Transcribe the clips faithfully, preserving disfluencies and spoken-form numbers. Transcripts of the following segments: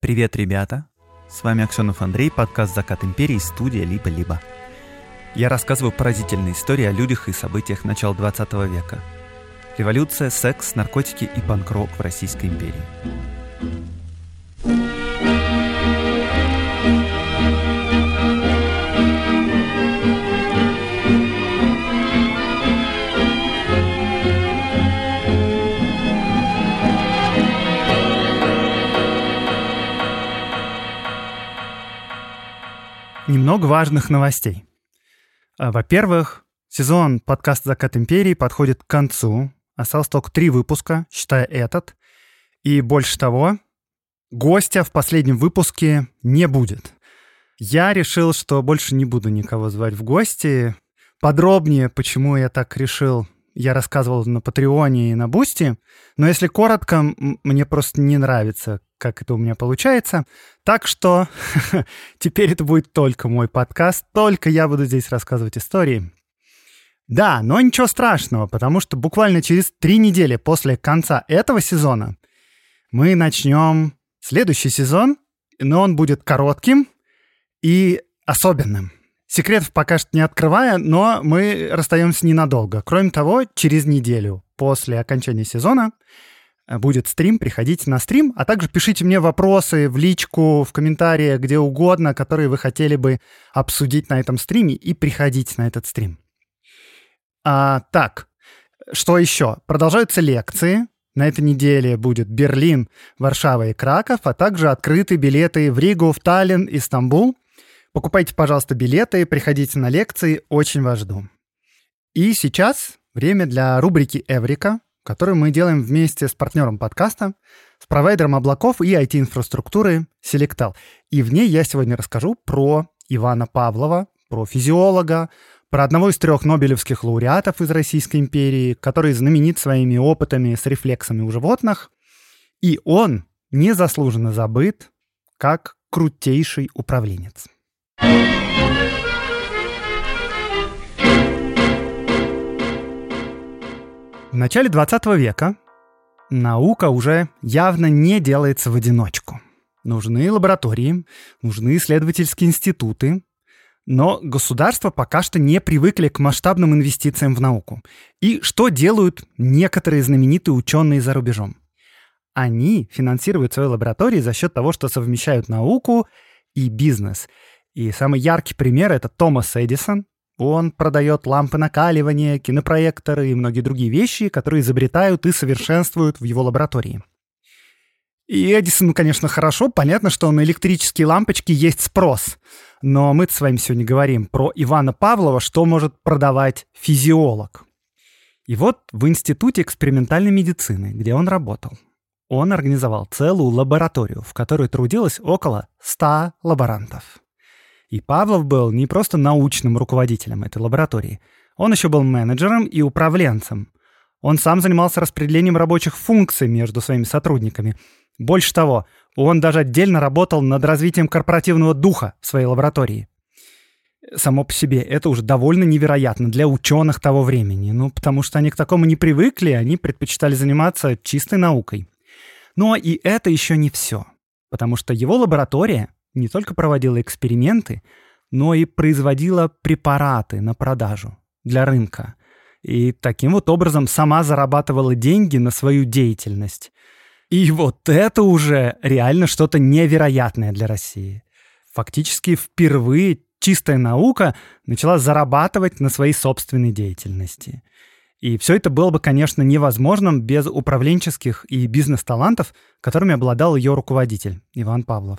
Привет, ребята! С вами Аксенов Андрей, подкаст «Закат империи», студия «Либо-либо». Я рассказываю поразительные истории о людях и событиях начала двадцатого века. Революция, секс, наркотики и панк-рок в Российской империи. Немного важных новостей. Во-первых, сезон подкаста «Закат империи» подходит к концу. Осталось только три выпуска, считая этот. И больше того, гостя в последнем выпуске не будет. Я решил, что больше не буду никого звать в гости. Подробнее, почему я так решил, я рассказывал на Патреоне и на Бусти. Но если коротко, мне просто не нравится, как это у меня получается. Так что теперь это будет только мой подкаст, только я буду здесь рассказывать истории. Да, но ничего страшного, потому что буквально через три недели после конца этого сезона мы начнем следующий сезон, но он будет коротким и особенным. Секретов пока что не открывая, но мы расстаемся ненадолго. Кроме того, через неделю после окончания сезона будет стрим, приходите на стрим, а также пишите мне вопросы в личку, в комментариях, где угодно, которые вы хотели бы обсудить на этом стриме, и приходите на этот стрим. А, так, что еще? Продолжаются лекции. На этой неделе будет Берлин, Варшава и Краков, а также открыты билеты в Ригу, в Таллин и Стамбул. Покупайте, пожалуйста, билеты, приходите на лекции, очень вас жду. И сейчас время для рубрики «Эврика», которую мы делаем вместе с партнером подкаста, с провайдером облаков и ай ти-инфраструктуры Selectel. И в ней я сегодня расскажу про Ивана Павлова, про физиолога, про одного из трех нобелевских лауреатов из Российской империи, который знаменит своими опытами с рефлексами у животных. И он незаслуженно забыт как крутейший управленец. В начале двадцатого века наука уже явно не делается в одиночку. Нужны лаборатории, нужны исследовательские институты, но государства пока что не привыкли к масштабным инвестициям в науку. И что делают некоторые знаменитые ученые за рубежом? Они финансируют свои лаборатории за счет того, что совмещают науку и бизнес. И самый яркий пример — это Томас Эдисон. Он продает лампы накаливания, кинопроекторы и многие другие вещи, которые изобретают и совершенствуют в его лаборатории. И Эдисону, конечно, хорошо, понятно, что на электрические лампочки есть спрос. Но мы с вами сегодня говорим про Ивана Павлова, что может продавать физиолог. И вот в Институте экспериментальной медицины, где он работал, он организовал целую лабораторию, в которой трудилось около ста лаборантов. И Павлов был не просто научным руководителем этой лаборатории, он еще был менеджером и управленцем. Он сам занимался распределением рабочих функций между своими сотрудниками. Больше того, он даже отдельно работал над развитием корпоративного духа в своей лаборатории. Само по себе это уже довольно невероятно для ученых того времени, ну, потому что они к такому не привыкли, они предпочитали заниматься чистой наукой. Но и это еще не все, потому что его лаборатория не только проводила эксперименты, но и производила препараты на продажу для рынка. И таким вот образом сама зарабатывала деньги на свою деятельность. И вот это уже реально что-то невероятное для России. Фактически впервые чистая наука начала зарабатывать на своей собственной деятельности. И все это было бы, конечно, невозможным без управленческих и бизнес-талантов, которыми обладал ее руководитель Иван Павлов.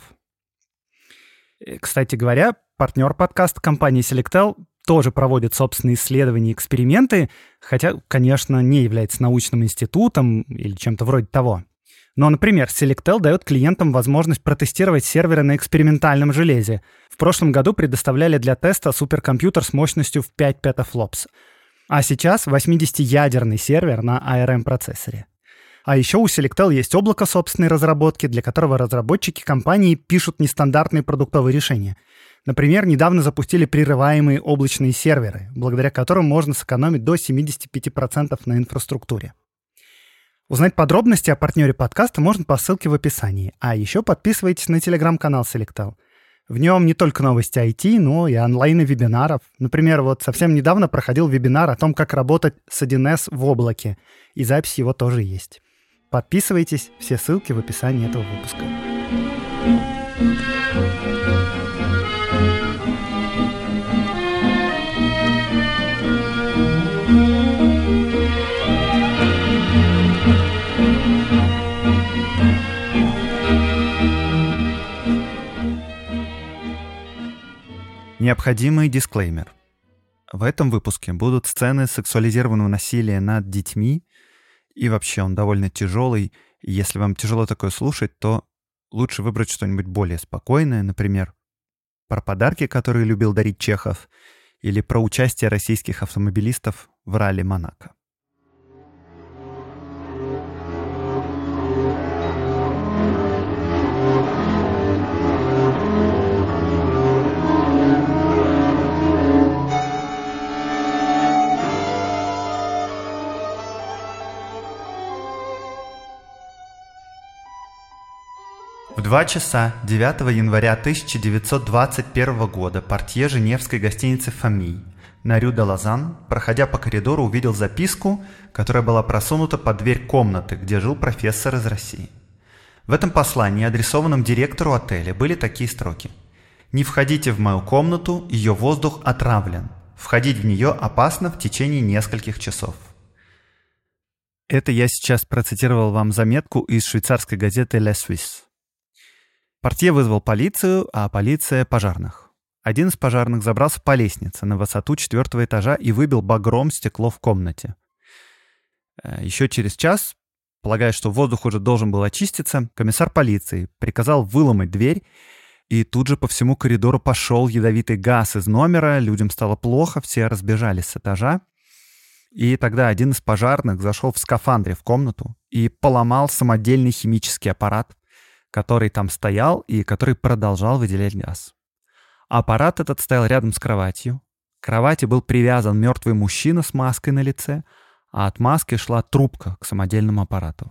Кстати говоря, партнер подкаста компании Selectel тоже проводит собственные исследования и эксперименты, хотя, конечно, не является научным институтом или чем-то вроде того. Но, например, Selectel дает клиентам возможность протестировать серверы на экспериментальном железе. В прошлом году предоставляли для теста суперкомпьютер с мощностью в пять петафлопс. А сейчас восьмидесятиядерный сервер на эй ар эм-процессоре. А еще у Selectel есть облако собственной разработки, для которого разработчики компании пишут нестандартные продуктовые решения. Например, недавно запустили прерываемые облачные серверы, благодаря которым можно сэкономить до семьдесят пять процентов на инфраструктуре. Узнать подробности о партнере подкаста можно по ссылке в описании. А еще подписывайтесь на телеграм-канал Selectal. В нем не только новости ай ти, но и онлайн и вебинаров. Например, вот совсем недавно проходил вебинар о том, как работать с один эс в облаке. И запись его тоже есть. Подписывайтесь, все ссылки в описании этого выпуска. Необходимый дисклеймер. В этом выпуске будут сцены сексуализированного насилия над детьми, и вообще он довольно тяжелый. И если вам тяжело такое слушать, то лучше выбрать что-нибудь более спокойное, например, про подарки, которые любил дарить Чехов, или про участие российских автомобилистов в ралли Монако. В два часа девятого января тысяча девятьсот двадцать первого года портье женевской гостиницы «Фамиль» на Рю де Лозан, проходя по коридору, увидел записку, которая была просунута под дверь комнаты, где жил профессор из России. В этом послании, адресованном директору отеля, были такие строки: «Не входите в мою комнату, ее воздух отравлен. Входить в нее опасно в течение нескольких часов». Это я сейчас процитировал вам заметку из швейцарской газеты «Le Suisse». Портье вызвал полицию, а полиция — пожарных. Один из пожарных забрался по лестнице на высоту четвертого этажа и выбил багром стекло в комнате. Еще через час, полагая, что воздух уже должен был очиститься, комиссар полиции приказал выломать дверь, и тут же по всему коридору пошел ядовитый газ из номера, людям стало плохо, все разбежались с этажа. И тогда один из пожарных зашел в скафандре в комнату и поломал самодельный химический аппарат, который там стоял и который продолжал выделять газ. Аппарат этот стоял рядом с кроватью. К кровати был привязан мертвый мужчина с маской на лице, а от маски шла трубка к самодельному аппарату.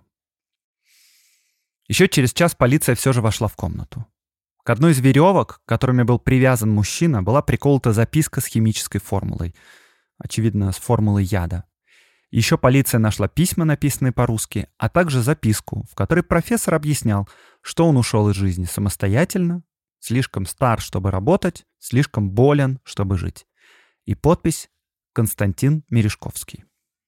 Еще через час полиция все же вошла в комнату. К одной из веревок, которыми был привязан мужчина, была приколота записка с химической формулой. Очевидно, с формулой яда. Еще полиция нашла письма, написанные по-русски, а также записку, в которой профессор объяснял, что он ушел из жизни самостоятельно, слишком стар, чтобы работать, слишком болен, чтобы жить. И подпись «Константин Мережковский».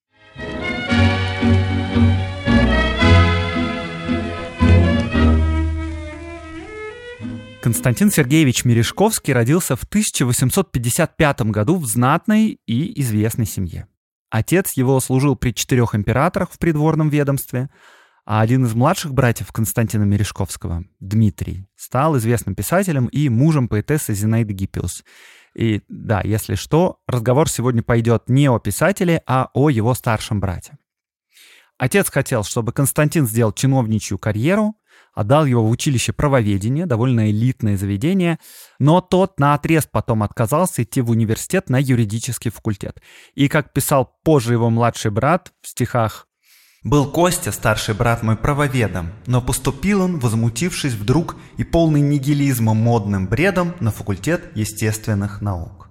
Константин Сергеевич Мережковский родился в тысяча восемьсот пятьдесят пятом году в знатной и известной семье. Отец его служил при четырех императорах в придворном ведомстве, а один из младших братьев Константина Мережковского, Дмитрий, стал известным писателем и мужем поэтессы Зинаиды Гиппиус. И да, если что, разговор сегодня пойдет не о писателе, а о его старшем брате. Отец хотел, чтобы Константин сделал чиновничью карьеру, отдал его в училище правоведения, довольно элитное заведение, но тот наотрез потом отказался идти в университет на юридический факультет. И, как писал позже его младший брат в стихах: «Был Костя, старший брат мой, правоведом, но поступил он, возмутившись вдруг и полный нигилизма модным бредом, на факультет естественных наук».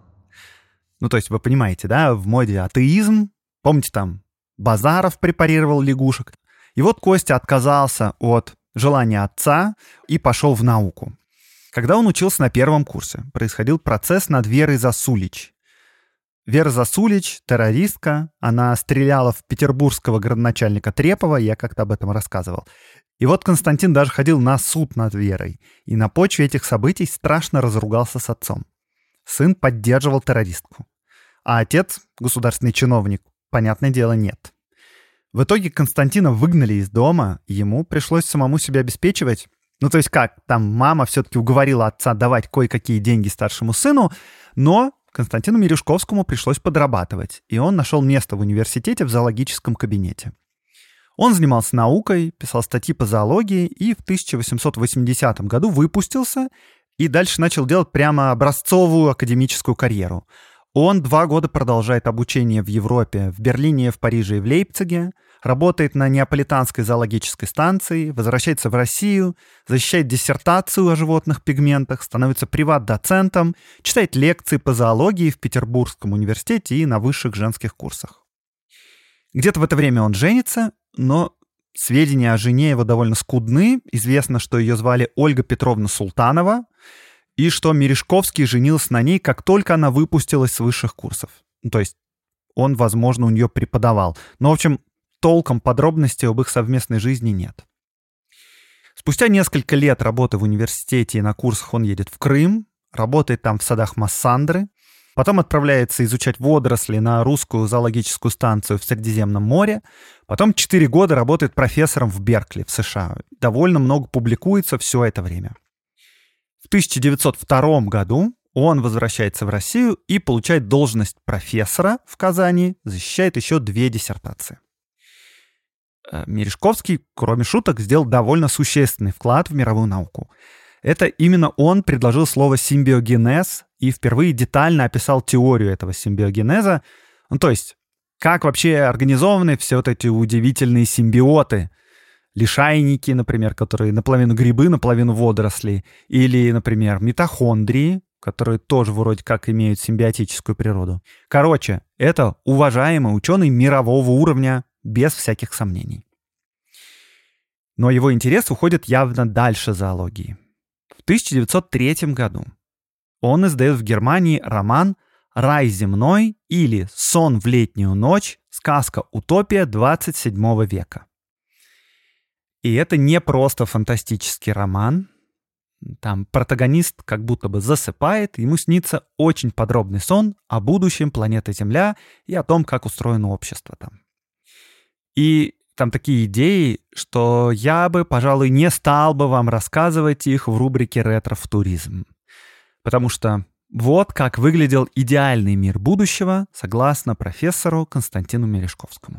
Ну, то есть вы понимаете, да, в моде атеизм, помните, там Базаров препарировал лягушек. И вот Костя отказался от желание отца и пошел в науку. Когда он учился на первом курсе, происходил процесс над Верой Засулич. Вера Засулич — террористка, она стреляла в петербургского градоначальника Трепова, я как-то об этом рассказывал. И вот Константин даже ходил на суд над Верой, и на почве этих событий страшно разругался с отцом. Сын поддерживал террористку, а отец, государственный чиновник, понятное дело, нет. В итоге Константина выгнали из дома, и ему пришлось самому себя обеспечивать. Ну, то есть как, там мама все-таки уговорила отца давать кое-какие деньги старшему сыну, но Константину Мережковскому пришлось подрабатывать, и он нашел место в университете в зоологическом кабинете. Он занимался наукой, писал статьи по зоологии и в тысяча восемьсот восьмидесятом году выпустился и дальше начал делать прямо образцовую академическую карьеру. Он два года продолжает обучение в Европе, в Берлине, в Париже и в Лейпциге, работает на Неаполитанской зоологической станции, возвращается в Россию, защищает диссертацию о животных пигментах, становится приват-доцентом, читает лекции по зоологии в Петербургском университете и на высших женских курсах. Где-то в это время он женится, но сведения о жене его довольно скудны. Известно, что ее звали Ольга Петровна Султанова, и что Мережковский женился на ней, как только она выпустилась с высших курсов. Ну, то есть он, возможно, у нее преподавал. Но, в общем, толком подробностей об их совместной жизни нет. Спустя несколько лет работы в университете и на курсах он едет в Крым, работает там в садах Массандры, потом отправляется изучать водоросли на русскую зоологическую станцию в Средиземном море, потом четыре года работает профессором в Беркли в США. Довольно много публикуется все это время. В тысяча девятьсот втором году он возвращается в Россию и получает должность профессора в Казани, защищает еще две диссертации. Мережковский, кроме шуток, сделал довольно существенный вклад в мировую науку. Это именно он предложил слово «симбиогенез» и впервые детально описал теорию этого симбиогенеза. Ну, то есть, как вообще организованы все вот эти удивительные симбиоты. Лишайники, например, которые наполовину грибы, наполовину водоросли. Или, например, митохондрии, которые тоже вроде как имеют симбиотическую природу. Короче, это уважаемый ученый мирового уровня, без всяких сомнений. Но его интерес уходит явно дальше зоологии. В тысяча девятьсот третьем году он издает в Германии роман «Рай земной» или «Сон в летнюю ночь. Сказка-утопия двадцать седьмого века». И это не просто фантастический роман. Там протагонист как будто бы засыпает, ему снится очень подробный сон о будущем планеты Земля и о том, как устроено общество там. И там такие идеи, что я бы, пожалуй, не стал бы вам рассказывать их в рубрике «Ретро-футуризм». Потому что вот как выглядел идеальный мир будущего, согласно профессору Константину Мережковскому.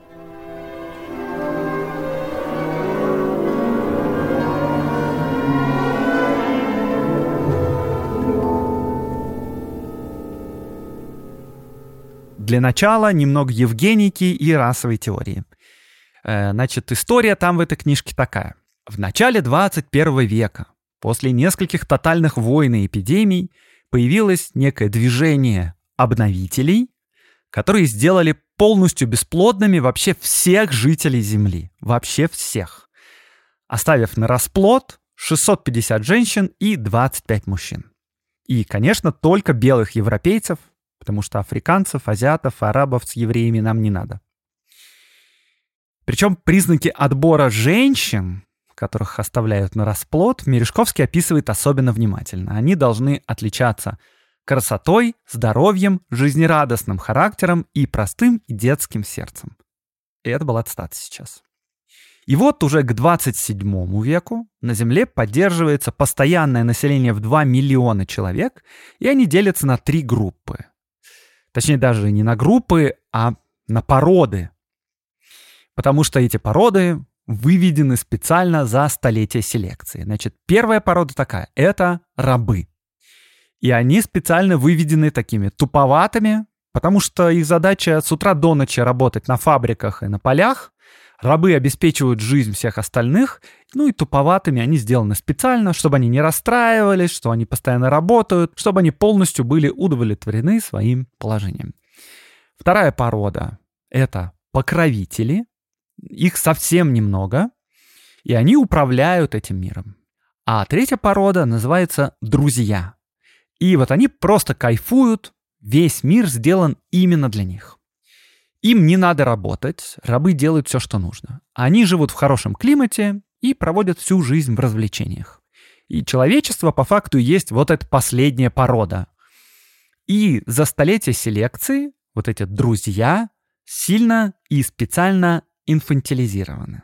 Для начала немного евгеники и расовой теории. Значит, история там в этой книжке такая. В начале двадцать первого века, после нескольких тотальных войн и эпидемий, появилось некое движение обновителей, которые сделали полностью бесплодными вообще всех жителей Земли. Вообще всех. Оставив на расплод шестьсот пятьдесят женщин и двадцать пять мужчин. И, конечно, только белых европейцев, потому что африканцев, азиатов, арабов с евреями нам не надо. Причем признаки отбора женщин, которых оставляют на расплод, Мережковский описывает особенно внимательно. Они должны отличаться красотой, здоровьем, жизнерадостным характером и простым детским сердцем. И это была цитата сейчас. И вот уже к двадцать седьмому веку на Земле поддерживается постоянное население в два миллиона человек, и они делятся на три группы. Точнее, даже не на группы, а на породы. Потому что эти породы выведены специально за столетия селекции. Значит, первая порода такая – это рабы. И они специально выведены такими туповатыми, потому что их задача с утра до ночи работать на фабриках и на полях. Рабы обеспечивают жизнь всех остальных, ну и туповатыми они сделаны специально, чтобы они не расстраивались, что они постоянно работают, чтобы они полностью были удовлетворены своим положением. Вторая порода – это покровители. Их совсем немного, и они управляют этим миром. А третья порода называется друзья. И вот они просто кайфуют, весь мир сделан именно для них. Им не надо работать, рабы делают все, что нужно. Они живут в хорошем климате и проводят всю жизнь в развлечениях. И человечество по факту есть вот эта последняя порода. И за столетия селекции вот эти друзья сильно и специально инфантилизированы.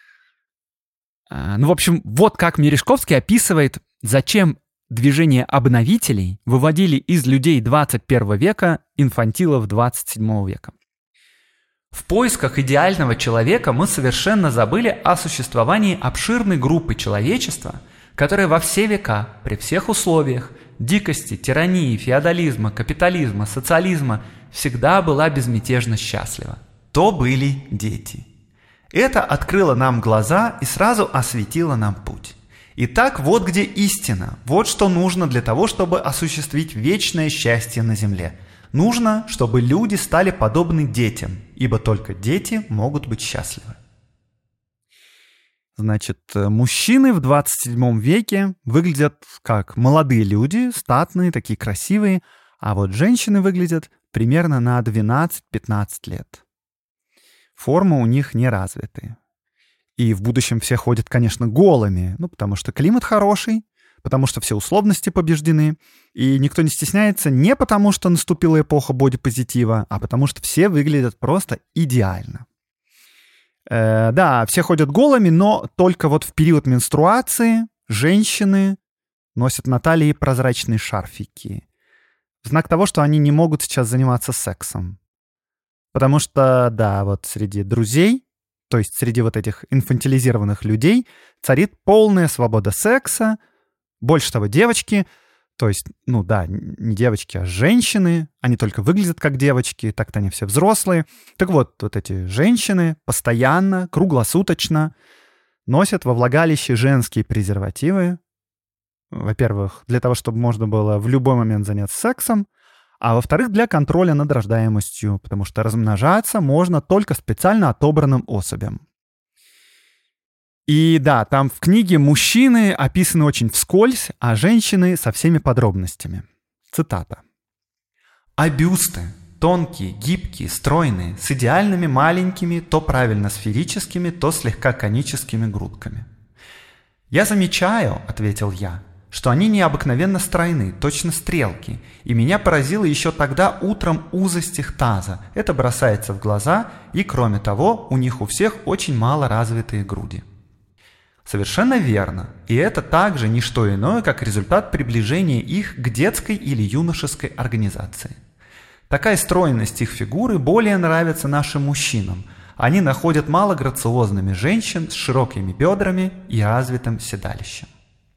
Ну, в общем, вот как Мережковский описывает, зачем движение обновителей выводили из людей двадцать первого века инфантилов двадцать седьмого века. В поисках идеального человека мы совершенно забыли о существовании обширной группы человечества, которая во все века, при всех условиях, дикости, тирании, феодализма, капитализма, социализма, всегда была безмятежно счастлива. То были дети. Это открыло нам глаза и сразу осветило нам путь. Итак, вот где истина, вот что нужно для того, чтобы осуществить вечное счастье на земле. Нужно, чтобы люди стали подобны детям, ибо только дети могут быть счастливы. Значит, мужчины в двадцать седьмом веке выглядят как молодые люди, статные, такие красивые, а вот женщины выглядят примерно на двенадцать-пятнадцать лет. Формы у них не развиты. И в будущем все ходят, конечно, голыми, ну, потому что климат хороший, потому что все условности побеждены, и никто не стесняется не потому, что наступила эпоха бодипозитива, а потому что все выглядят просто идеально. Э, да, все ходят голыми, но только вот в период менструации женщины носят на талии прозрачные шарфики. В знак того, что они не могут сейчас заниматься сексом. Потому что, да, вот среди друзей, то есть среди вот этих инфантилизированных людей, царит полная свобода секса. Больше того, девочки, то есть, ну да, не девочки, а женщины, они только выглядят как девочки, так-то они все взрослые. Так вот, вот эти женщины постоянно, круглосуточно носят во влагалище женские презервативы. Во-первых, для того, чтобы можно было в любой момент заняться сексом, а во-вторых, для контроля над рождаемостью, потому что размножаться можно только специально отобранным особям. И да, там в книге мужчины описаны очень вскользь, а женщины со всеми подробностями. Цитата. «А бюсты, тонкие, гибкие, стройные, с идеальными маленькими, то правильно сферическими, то слегка коническими грудками. Я замечаю, — ответил я, — что они необыкновенно стройны, точно стрелки, и меня поразило еще тогда утром узость их таза. Это бросается в глаза, и, кроме того, у них у всех очень мало развитые груди». Совершенно верно, и это также не что иное, как результат приближения их к детской или юношеской организации. Такая стройность их фигуры более нравится нашим мужчинам. Они находят мало грациозными женщин с широкими бедрами и развитым седалищем.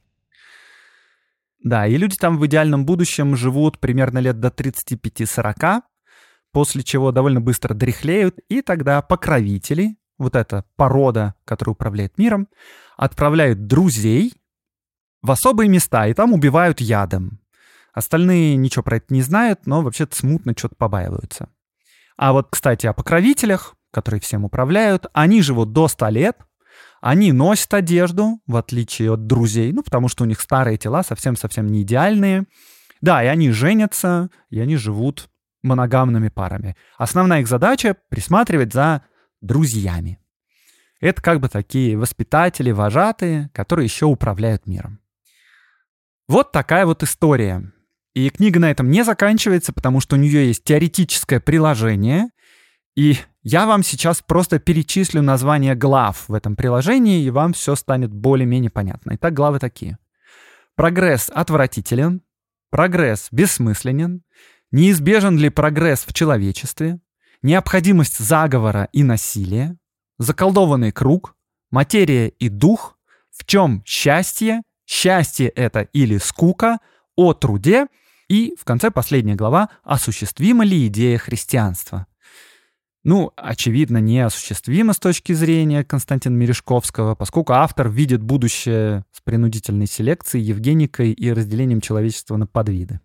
Да, и люди там в идеальном будущем живут примерно лет до тридцати пяти-сорока, после чего довольно быстро дряхлеют, и тогда покровители, вот эта порода, которая управляет миром, отправляют друзей в особые места, и там убивают ядом. Остальные ничего про это не знают, но вообще-то смутно что-то побаиваются. А вот, кстати, о покровителях, которые всем управляют, они живут до ста лет, они носят одежду, в отличие от друзей, ну, потому что у них старые тела совсем-совсем не идеальные. Да, и они женятся, и они живут моногамными парами. Основная их задача — присматривать за друзьями. Это как бы такие воспитатели, вожатые, которые еще управляют миром. Вот такая вот история. И книга на этом не заканчивается, потому что у нее есть теоретическое приложение, и я вам сейчас просто перечислю названия глав в этом приложении, и вам все станет более-менее понятно. Итак, главы такие. Прогресс отвратителен, прогресс бессмысленен, неизбежен ли прогресс в человечестве, необходимость заговора и насилия, заколдованный круг, материя и дух, в чем счастье, счастье это или скука, о труде, и в конце последняя глава, осуществима ли идея христианства. Ну, очевидно, неосуществимо с точки зрения Константина Мережковского, поскольку автор видит будущее с принудительной селекцией, евгеникой и разделением человечества на подвиды.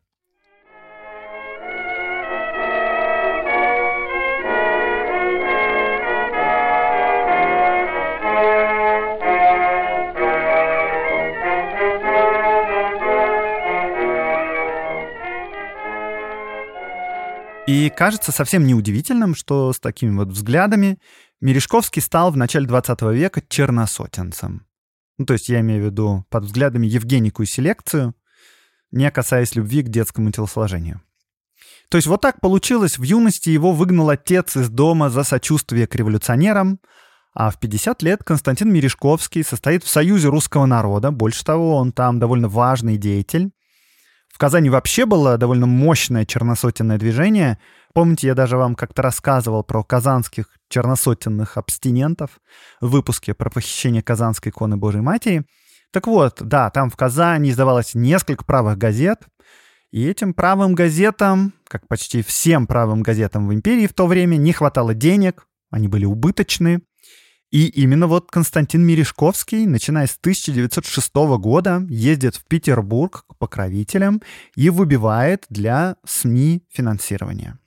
И кажется совсем неудивительным, что с такими вот взглядами Мережковский стал в начале двадцатого века черносотенцем. Ну, то есть я имею в виду под взглядами евгенику и селекцию, не касаясь любви к детскому телосложению. То есть вот так получилось, в юности его выгнал отец из дома за сочувствие к революционерам, а в пятьдесят лет Константин Мережковский состоит в Союзе русского народа, больше того, он там довольно важный деятель. В Казани вообще было довольно мощное черносотенное движение. Помните, я даже вам как-то рассказывал про казанских черносотенных абстинентов в выпуске про похищение Казанской иконы Божией Матери. Так вот, да, там в Казани издавалось несколько правых газет, и этим правым газетам, как почти всем правым газетам в империи в то время, не хватало денег, они были убыточны, И именно вот Константин Мережковский, начиная с тысяча девятьсот шестого года, ездит в Петербург к покровителям и выбивает для СМИ финансирование.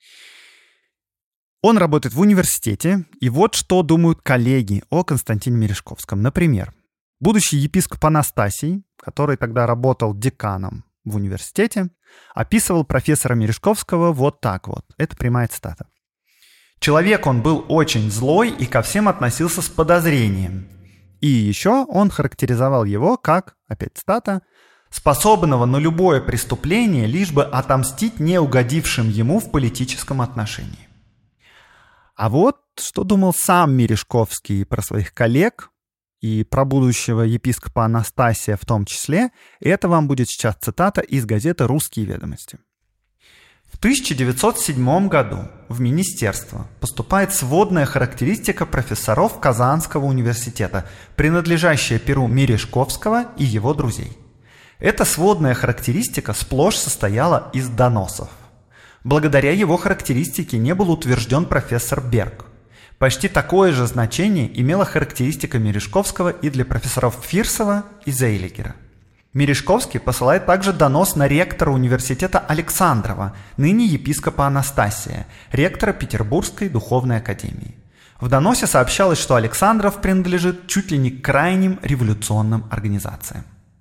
Он работает в университете, и вот что думают коллеги о Константине Мережковском. Например, будущий епископ Анастасий, который тогда работал деканом в университете, описывал профессора Мережковского вот так вот. Это прямая цитата. «Человек он был очень злой и ко всем относился с подозрением». И еще он характеризовал его как, опять цитата, «способного на любое преступление, лишь бы отомстить неугодившим ему в политическом отношении». А вот что думал сам Мережковский про своих коллег и про будущего епископа Анастасия в том числе, это вам будет сейчас цитата из газеты «Русские ведомости». В тысяча девятьсот седьмом году в министерство поступает сводная характеристика профессоров Казанского университета, принадлежащая перу Мережковского и его друзей. Эта сводная характеристика сплошь состояла из доносов. Благодаря его характеристике не был утвержден профессор Берг. Почти такое же значение имела характеристика Мережковского и для профессоров Фирсова и Зейлигера. Мережковский посылает также донос на ректора университета Александрова, ныне епископа Анастасия, ректора Петербургской духовной академии. В доносе сообщалось, что Александров принадлежит чуть ли не к крайним революционным организациям.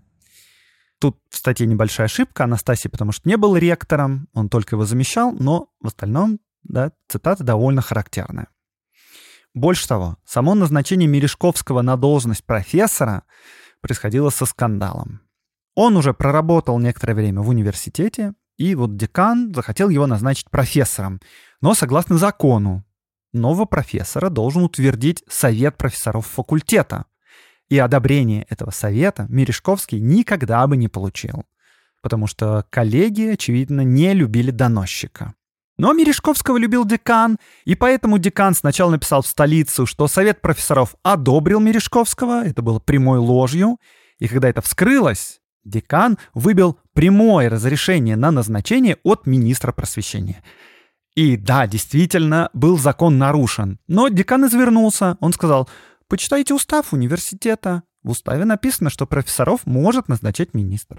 Тут в статье небольшая ошибка Анастасий, потому что не был ректором, он только его замещал, но в остальном, да, цитата довольно характерная. Больше того, само назначение Мережковского на должность профессора происходило со скандалом. Он уже проработал некоторое время в университете, и вот декан захотел его назначить профессором. Но согласно закону, нового профессора должен утвердить совет профессоров факультета. И одобрение этого совета Мережковский никогда бы не получил, потому что коллеги, очевидно, не любили доносчика. Но Мережковского любил декан, и поэтому декан сначала написал в столицу, что совет профессоров одобрил Мережковского, это было прямой ложью, и когда это вскрылось, декан выбил прямое разрешение на назначение от министра просвещения. И да, действительно, был закон нарушен, но декан извернулся, он сказал: «Почитайте устав университета. В уставе написано, что профессоров может назначать министр».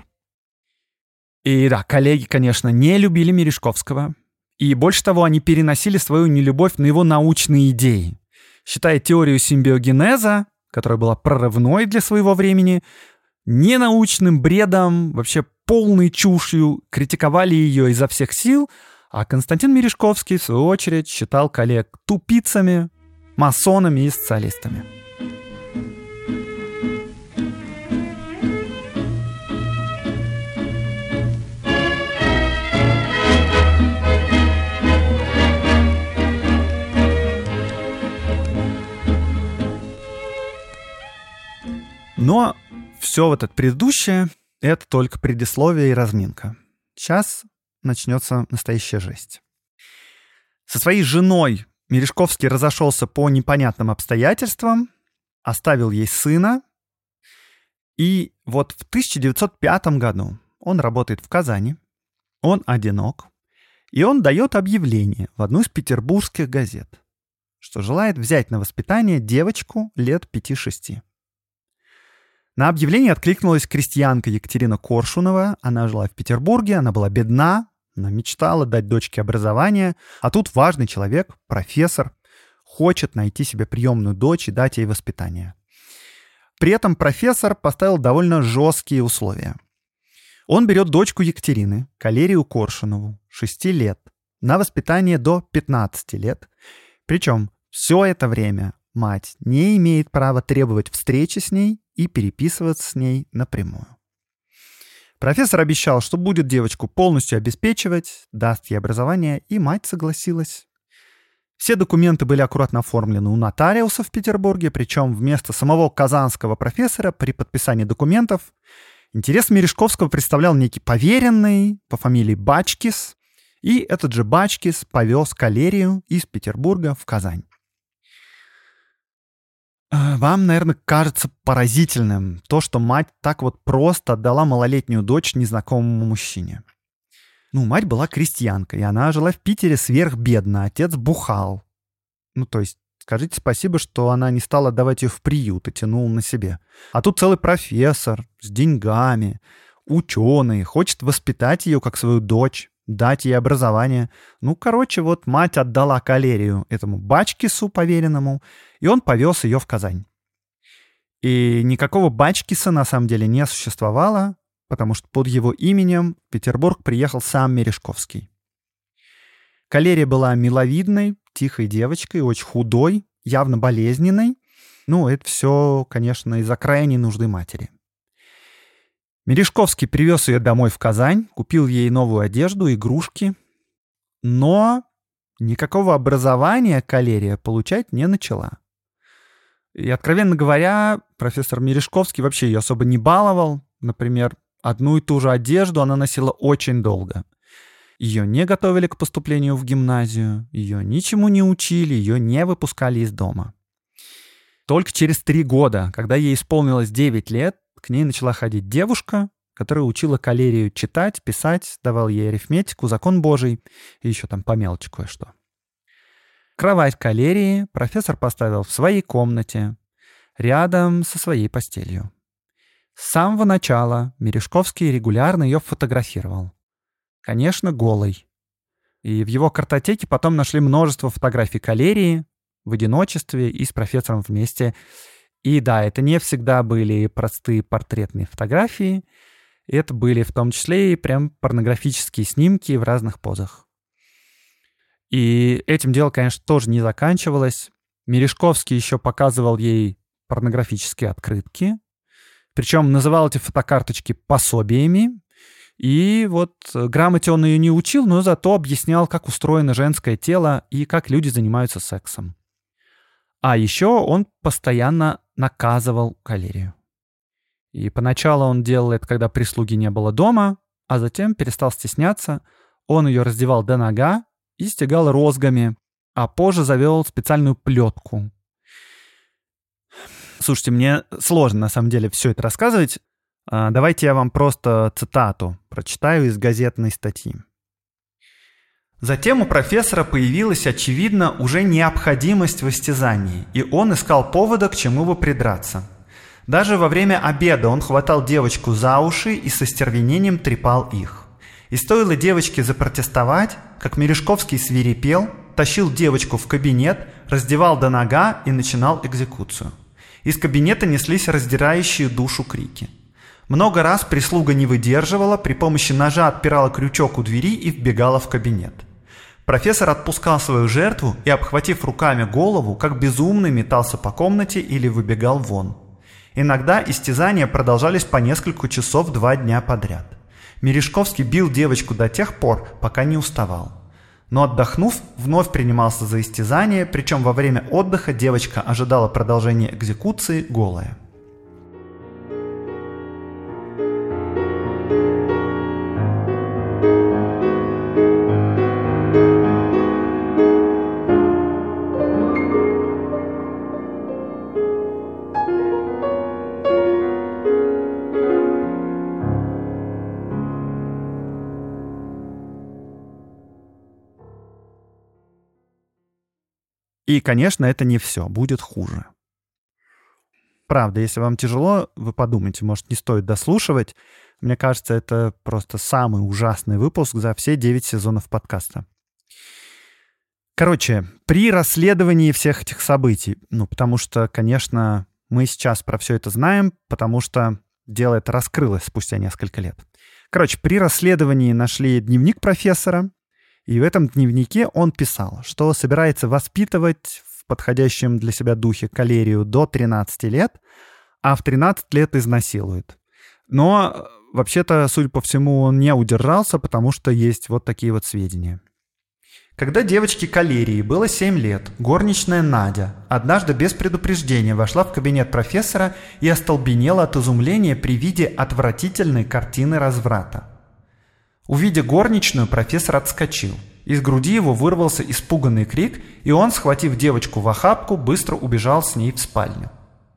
И да, коллеги, конечно, не любили Мережковского. И больше того, они переносили свою нелюбовь на его научные идеи. Считая теорию симбиогенеза, которая была прорывной для своего времени, ненаучным бредом, вообще полной чушью, критиковали ее изо всех сил, а Константин Мережковский, в свою очередь, считал коллег тупицами, масонами и социалистами. Но все вот это предыдущее — это только предисловие и разминка. Сейчас начнется настоящая жесть. Со своей женой Мережковский разошелся по непонятным обстоятельствам, оставил ей сына, и вот в тысяча девятьсот пятом году он работает в Казани, он одинок, и он дает объявление в одну из петербургских газет, что желает взять на воспитание девочку лет пяти-шести. На объявление откликнулась крестьянка Екатерина Коршунова. Она жила в Петербурге, она была бедна, она мечтала дать дочке образование, а тут важный человек, профессор, хочет найти себе приемную дочь и дать ей воспитание. При этом профессор поставил довольно жесткие условия. Он берет дочку Екатерины, Калерию Коршунову, шести лет, на воспитание до пятнадцати лет. Причем все это время мать не имеет права требовать встречи с ней и переписываться с ней напрямую. Профессор обещал, что будет девочку полностью обеспечивать, даст ей образование, и мать согласилась. Все документы были аккуратно оформлены у нотариуса в Петербурге, причем вместо самого казанского профессора при подписании документов интерес Мережковского представлял некий поверенный по фамилии Бачкис, и этот же Бачкис повез Калерию из Петербурга в Казань. Вам, наверное, кажется поразительным то, что мать так вот просто отдала малолетнюю дочь незнакомому мужчине. Ну, мать была крестьянкой, и она жила в Питере сверхбедно, отец бухал. Ну, то есть Скажите спасибо, что она не стала отдавать ее в приют и тянула на себе. А тут целый профессор с деньгами, ученый, хочет воспитать ее как свою дочь, дать ей образование. Ну, короче, вот мать отдала Калерию этому Бачкису поверенному, и он повез ее в Казань. И никакого Бачкиса на самом деле не существовало, потому что под его именем в Петербург приехал сам Мережковский. Калерия была миловидной, тихой девочкой, очень худой, явно болезненной. Ну, это все, конечно, из-за крайней нужды матери. Мережковский привез ее домой в Казань, купил ей новую одежду, игрушки. Но никакого образования Калерия получать не начала. И, откровенно говоря, профессор Мережковский вообще ее особо не баловал. Например, одну и ту же одежду она носила очень долго. Ее не готовили к поступлению в гимназию, ее ничему не учили, ее не выпускали из дома. Только через три года, когда ей исполнилось девять лет, к ней начала ходить девушка, которая учила Калерию читать, писать, давала ей арифметику, закон Божий и еще там по мелочи кое-что. Кровать Калерии профессор поставил в своей комнате, рядом со своей постелью. С самого начала Мережковский регулярно ее фотографировал. Конечно, голой. И в его картотеке потом нашли множество фотографий Калерии в одиночестве и с профессором вместе. И да, это не всегда были простые портретные фотографии. Это были в том числе и прям порнографические снимки в разных позах. И этим дело, конечно, тоже не заканчивалось. Мережковский еще показывал ей порнографические открытки. Причем называл эти фотокарточки пособиями. И вот грамоте он ее не учил, но зато объяснял, как устроено женское тело и как люди занимаются сексом. А еще он постоянно наказывал Калерию. И поначалу он делал это, когда прислуги не было дома, а затем перестал стесняться. Он ее раздевал до нога и стегал розгами, а позже завел специальную плетку. Слушайте, мне сложно на самом деле все это рассказывать. Давайте я вам просто цитату прочитаю из газетной статьи. Затем у профессора появилась, очевидно, уже необходимость в истязании, и он искал повода, к чему бы придраться. Даже во время обеда он хватал девочку за уши и со стервенением трепал их. И стоило девочке запротестовать, как Мережковский свирепел, тащил девочку в кабинет, раздевал до нога и начинал экзекуцию. Из кабинета неслись раздирающие душу крики. Много раз прислуга не выдерживала, при помощи ножа отпирала крючок у двери и вбегала в кабинет. Профессор отпускал свою жертву и, обхватив руками голову, как безумный метался по комнате или выбегал вон. Иногда истязания продолжались по несколько часов два дня подряд. Мережковский бил девочку до тех пор, пока не уставал. Но отдохнув, вновь принимался за истязание, причем во время отдыха девочка ожидала продолжения экзекуции голая. И, конечно, это не все, будет хуже. Правда, если вам тяжело, вы подумайте, может, не стоит дослушивать. Мне кажется, это просто самый ужасный выпуск за все девять сезонов подкаста. Короче, при расследовании всех этих событий, ну, потому что, конечно, мы сейчас про все это знаем, потому что дело это раскрылось спустя несколько лет. Короче, при расследовании нашли дневник профессора, и в этом дневнике он писал, что собирается воспитывать в подходящем для себя духе Калерию до тринадцати лет, а в тринадцать лет изнасилует. Но вообще-то, судя по всему, он не удержался, потому что есть вот такие вот сведения. Когда девочке Калерии было семь лет, горничная Надя однажды без предупреждения вошла в кабинет профессора и остолбенела от изумления при виде отвратительной картины разврата. Увидя горничную, профессор отскочил. Из груди его вырвался испуганный крик, и он, схватив девочку в охапку, быстро убежал с ней в спальню.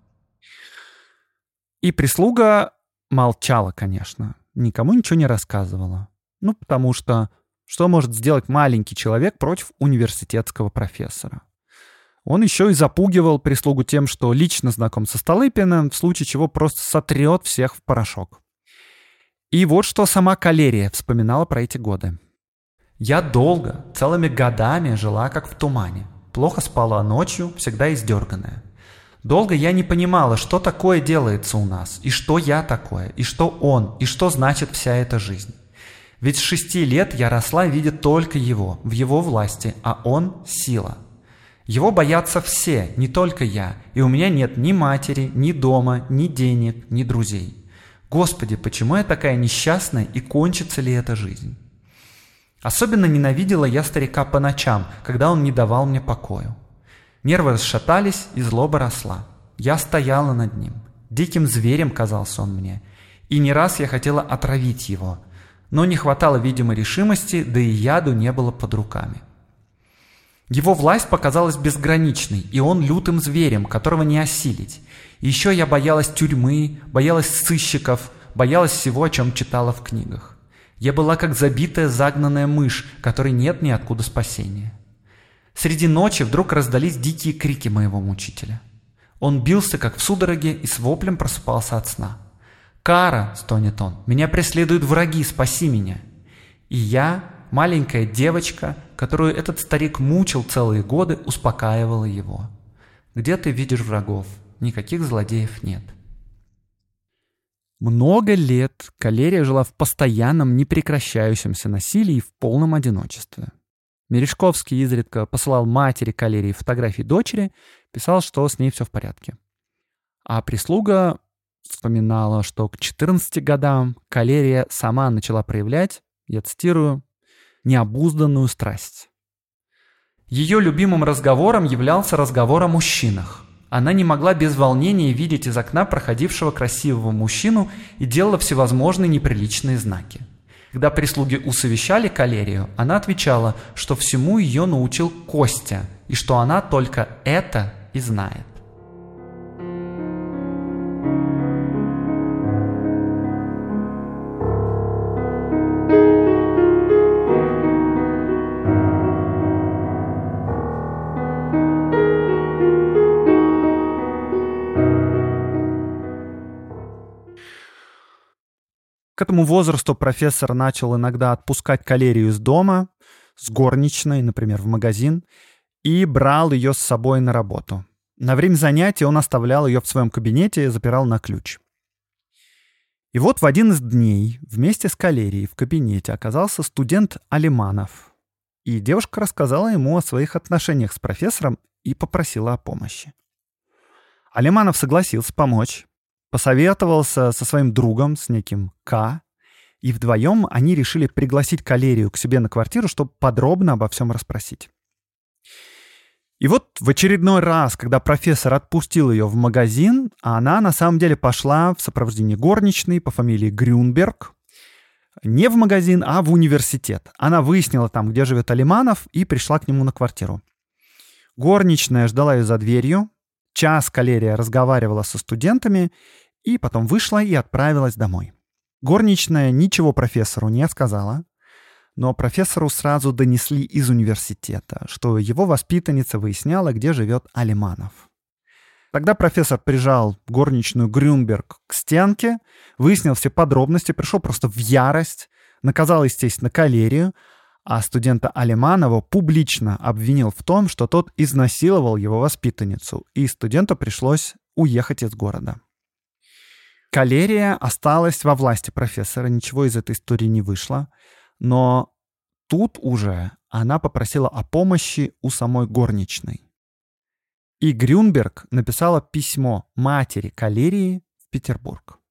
И прислуга молчала, конечно, никому ничего не рассказывала. Ну, потому что что может сделать маленький человек против университетского профессора? Он еще и запугивал прислугу тем, что лично знаком со Столыпиным, в случае чего просто сотрет всех в порошок. И вот что сама Калерия вспоминала про эти годы. «Я долго, целыми годами жила как в тумане. Плохо спала ночью, всегда издерганная. Долго я не понимала, что такое делается у нас, и что я такое, и что он, и что значит вся эта жизнь. Ведь с шести лет я росла, видя только его, в его власти, а он – сила. Его боятся все, не только я, и у меня нет ни матери, ни дома, ни денег, ни друзей. Господи, почему я такая несчастная, и кончится ли эта жизнь? Особенно ненавидела я старика по ночам, когда он не давал мне покою. Нервы расшатались, и злоба росла. Я стояла над ним. Диким зверем казался он мне. И не раз я хотела отравить его. Но не хватало, видимо, решимости, да и яду не было под руками. Его власть показалась безграничной, и он лютым зверем, которого не осилить. И еще я боялась тюрьмы, боялась сыщиков, боялась всего, о чем читала в книгах. Я была как забитая загнанная мышь, которой нет ниоткуда спасения. Среди ночи вдруг раздались дикие крики моего мучителя. Он бился, как в судороге, и с воплем просыпался от сна. «Кара!» — стонет он. «Меня преследуют враги, спаси меня!» И я, маленькая девочка, которую этот старик мучил целые годы, успокаивала его. «Где ты видишь врагов? Никаких злодеев нет». Много лет Калерия жила в постоянном, непрекращающемся насилии и в полном одиночестве. Мережковский изредка посылал матери Калерии фотографии дочери, писал, что с ней все в порядке. А прислуга вспоминала, что к четырнадцати годам Калерия сама начала проявлять, я цитирую, «необузданную страсть». Ее любимым разговором являлся разговор о мужчинах. Она не могла без волнения видеть из окна проходившего красивого мужчину и делала всевозможные неприличные знаки. Когда прислуги усовещали Калерию, она отвечала, что всему ее научил Костя, и что она только это и знает. К этому возрасту профессор начал иногда отпускать Калерию из дома, с горничной, например, в магазин, и брал ее с собой на работу. На время занятий он оставлял ее в своем кабинете и запирал на ключ. И вот в один из дней вместе с Калерией в кабинете оказался студент Алиманов. И девушка рассказала ему о своих отношениях с профессором и попросила о помощи. Алиманов согласился помочь. Посоветовался со своим другом, с неким К, и вдвоем они решили пригласить Калерию к себе на квартиру, чтобы подробно обо всем расспросить. И вот в очередной раз, когда профессор отпустил ее в магазин, она на самом деле пошла в сопровождении горничной по фамилии Грюнберг не в магазин, а в университет. Она выяснила там, где живет Алиманов, и пришла к нему на квартиру. Горничная ждала ее за дверью. Час Калерия разговаривала со студентами и потом вышла и отправилась домой. Горничная ничего профессору не сказала, но профессору сразу донесли из университета, что его воспитанница выясняла, где живет Алиманов. Тогда профессор прижал горничную Грюнберг к стенке, выяснил все подробности, пришел просто в ярость, наказал, естественно, Калерию, а студента Алиманова публично обвинил в том, что тот изнасиловал его воспитанницу, и студенту пришлось уехать из города. Калерия осталась во власти профессора, ничего из этой истории не вышло, но тут уже она попросила о помощи у самой горничной. И Грюнберг написала письмо матери Калерии в Петербург.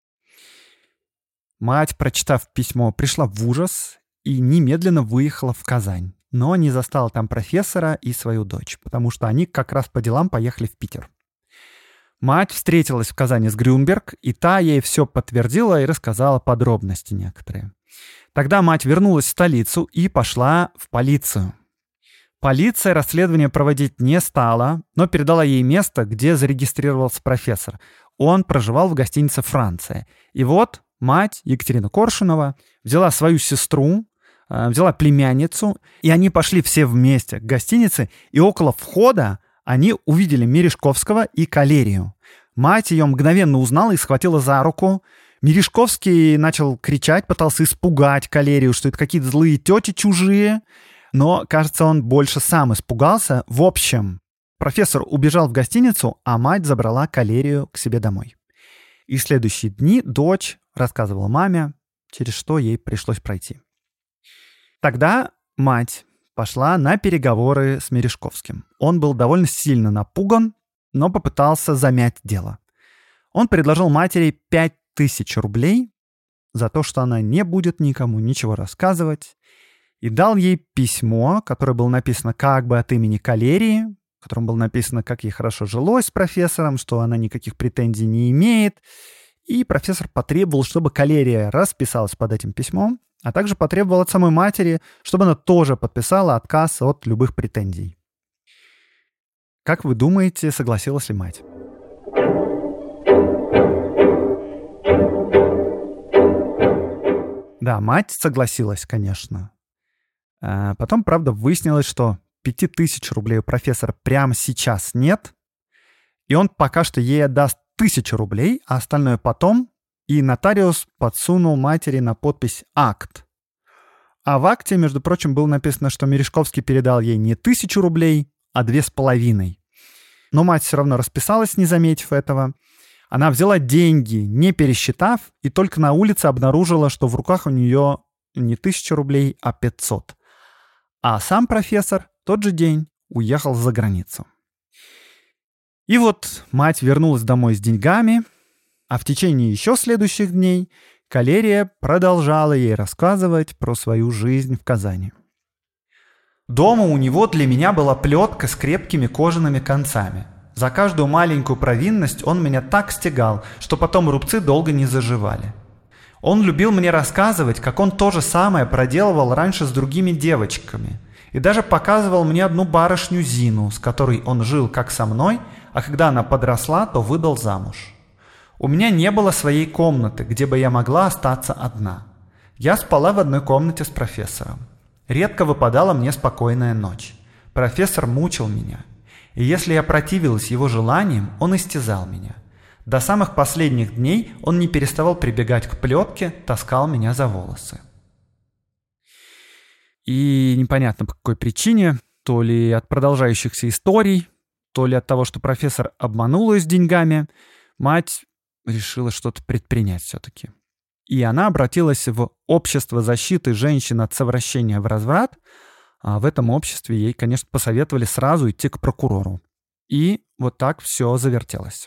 Мать, прочитав письмо, пришла в ужас и немедленно выехала в Казань, но не застала там профессора и свою дочь, потому что они как раз по делам поехали в Питер. Мать встретилась в Казани с Грюнберг, и та ей все подтвердила и рассказала подробности некоторые. Тогда мать вернулась в столицу и пошла в полицию. Полиция расследование проводить не стала, но передала ей место, где зарегистрировался профессор. Он проживал в гостинице «Франция». И вот мать Екатерина Коршунова взяла свою сестру, взяла племянницу, и они пошли все вместе к гостинице, и около входа они увидели Мережковского и Калерию. Мать ее мгновенно узнала и схватила за руку. Мережковский начал кричать, пытался испугать Калерию, что это какие-то злые тети чужие. Но, кажется, он больше сам испугался. В общем, профессор убежал в гостиницу, а мать забрала Калерию к себе домой. И в следующие дни дочь рассказывала маме, через что ей пришлось пройти. Тогда мать пошла на переговоры с Мережковским. Он был довольно сильно напуган, но попытался замять дело. Он предложил матери пять тысяч рублей за то, что она не будет никому ничего рассказывать, и дал ей письмо, которое было написано как бы от имени Калерии, в котором было написано, как ей хорошо жилось с профессором, что она никаких претензий не имеет. И профессор потребовал, чтобы Калерия расписалась под этим письмом, а также потребовал от самой матери, чтобы она тоже подписала отказ от любых претензий. Как вы думаете, согласилась ли мать? Да, мать согласилась, конечно. А потом, правда, выяснилось, что пяти тысяч рублей у профессора прямо сейчас нет, и он пока что ей отдаст тысячу рублей, а остальное потом, и нотариус подсунул матери на подпись акт. А в акте, между прочим, было написано, что Мережковский передал ей не тысячу рублей, а две с половиной. Но мать все равно расписалась, не заметив этого. Она взяла деньги, не пересчитав, и только на улице обнаружила, что в руках у нее не тысяча рублей, а пятьсот. А сам профессор в тот же день уехал за границу. И вот мать вернулась домой с деньгами, а в течение еще следующих дней Калерия продолжала ей рассказывать про свою жизнь в Казани. Дома у него для меня была плетка с крепкими кожаными концами. За каждую маленькую провинность он меня так стегал, что потом рубцы долго не заживали. Он любил мне рассказывать, как он то же самое проделывал раньше с другими девочками. И даже показывал мне одну барышню Зину, с которой он жил как со мной, а когда она подросла, то выдал замуж. У меня не было своей комнаты, где бы я могла остаться одна. Я спала в одной комнате с профессором. Редко выпадала мне спокойная ночь. Профессор мучил меня. И если я противилась его желаниям, он истязал меня. До самых последних дней он не переставал прибегать к плетке, таскал меня за волосы. И непонятно по какой причине, то ли от продолжающихся историй, то ли от того, что профессор обманул ее с деньгами, мать решила что-то предпринять все-таки. И она обратилась в Общество защиты женщин от совращения в разврат, а в этом обществе ей, конечно, посоветовали сразу идти к прокурору. И вот так все завертелось.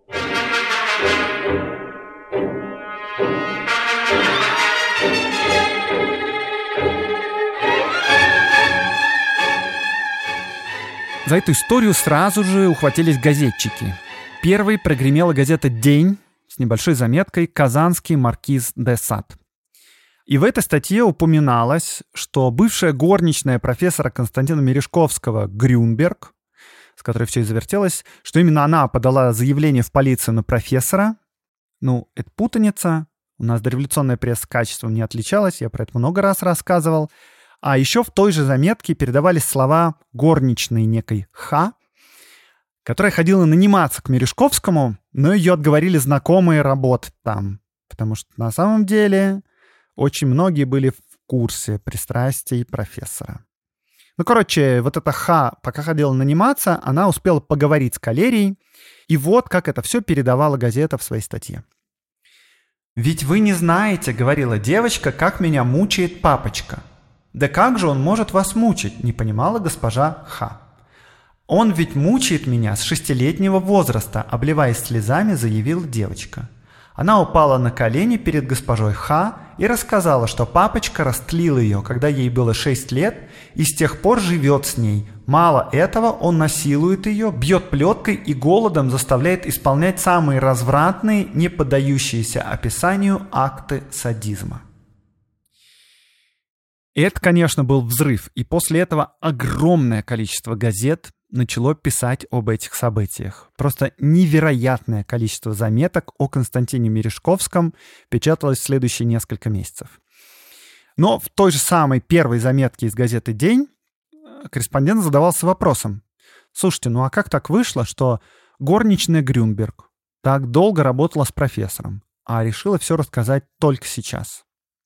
За эту историю сразу же ухватились газетчики. Первой прогремела газета «День» с небольшой заметкой «Казанский маркиз де Сад». И в этой статье упоминалось, что бывшая горничная профессора Константина Мережковского Грюнберг, с которой все и завертелось, что именно она подала заявление в полицию на профессора. Ну, это путаница. У нас дореволюционная пресса качеством не отличалась, я про это много раз рассказывал. А еще в той же заметке передавались слова горничной некой Х, которая ходила наниматься к Мережковскому, но ее отговорили знакомые работать там. Потому что на самом деле очень многие были в курсе пристрастий профессора. Ну, короче, вот эта Х, пока ходила наниматься, она успела поговорить с Калерией, и вот как это все передавала газета в своей статье. «Ведь вы не знаете, — говорила девочка, — как меня мучает папочка». «Да как же он может вас мучить?» — не понимала госпожа Х. «Он ведь мучает меня с шестилетнего возраста», — обливаясь слезами, заявила девочка. Она упала на колени перед госпожой Х и рассказала, что папочка растлил ее, когда ей было шесть лет, и с тех пор живет с ней. Мало этого, он насилует ее, бьет плеткой и голодом заставляет исполнять самые развратные, не поддающиеся описанию акты садизма. И это, конечно, был взрыв, и после этого огромное количество газет начало писать об этих событиях. Просто невероятное количество заметок о Константине Мережковском печаталось в следующие несколько месяцев. Но в той же самой первой заметке из газеты «День» корреспондент задавался вопросом, Слушайте, ну а как так вышло, что горничная Грюнберг так долго работала с профессором, а решила все рассказать только сейчас?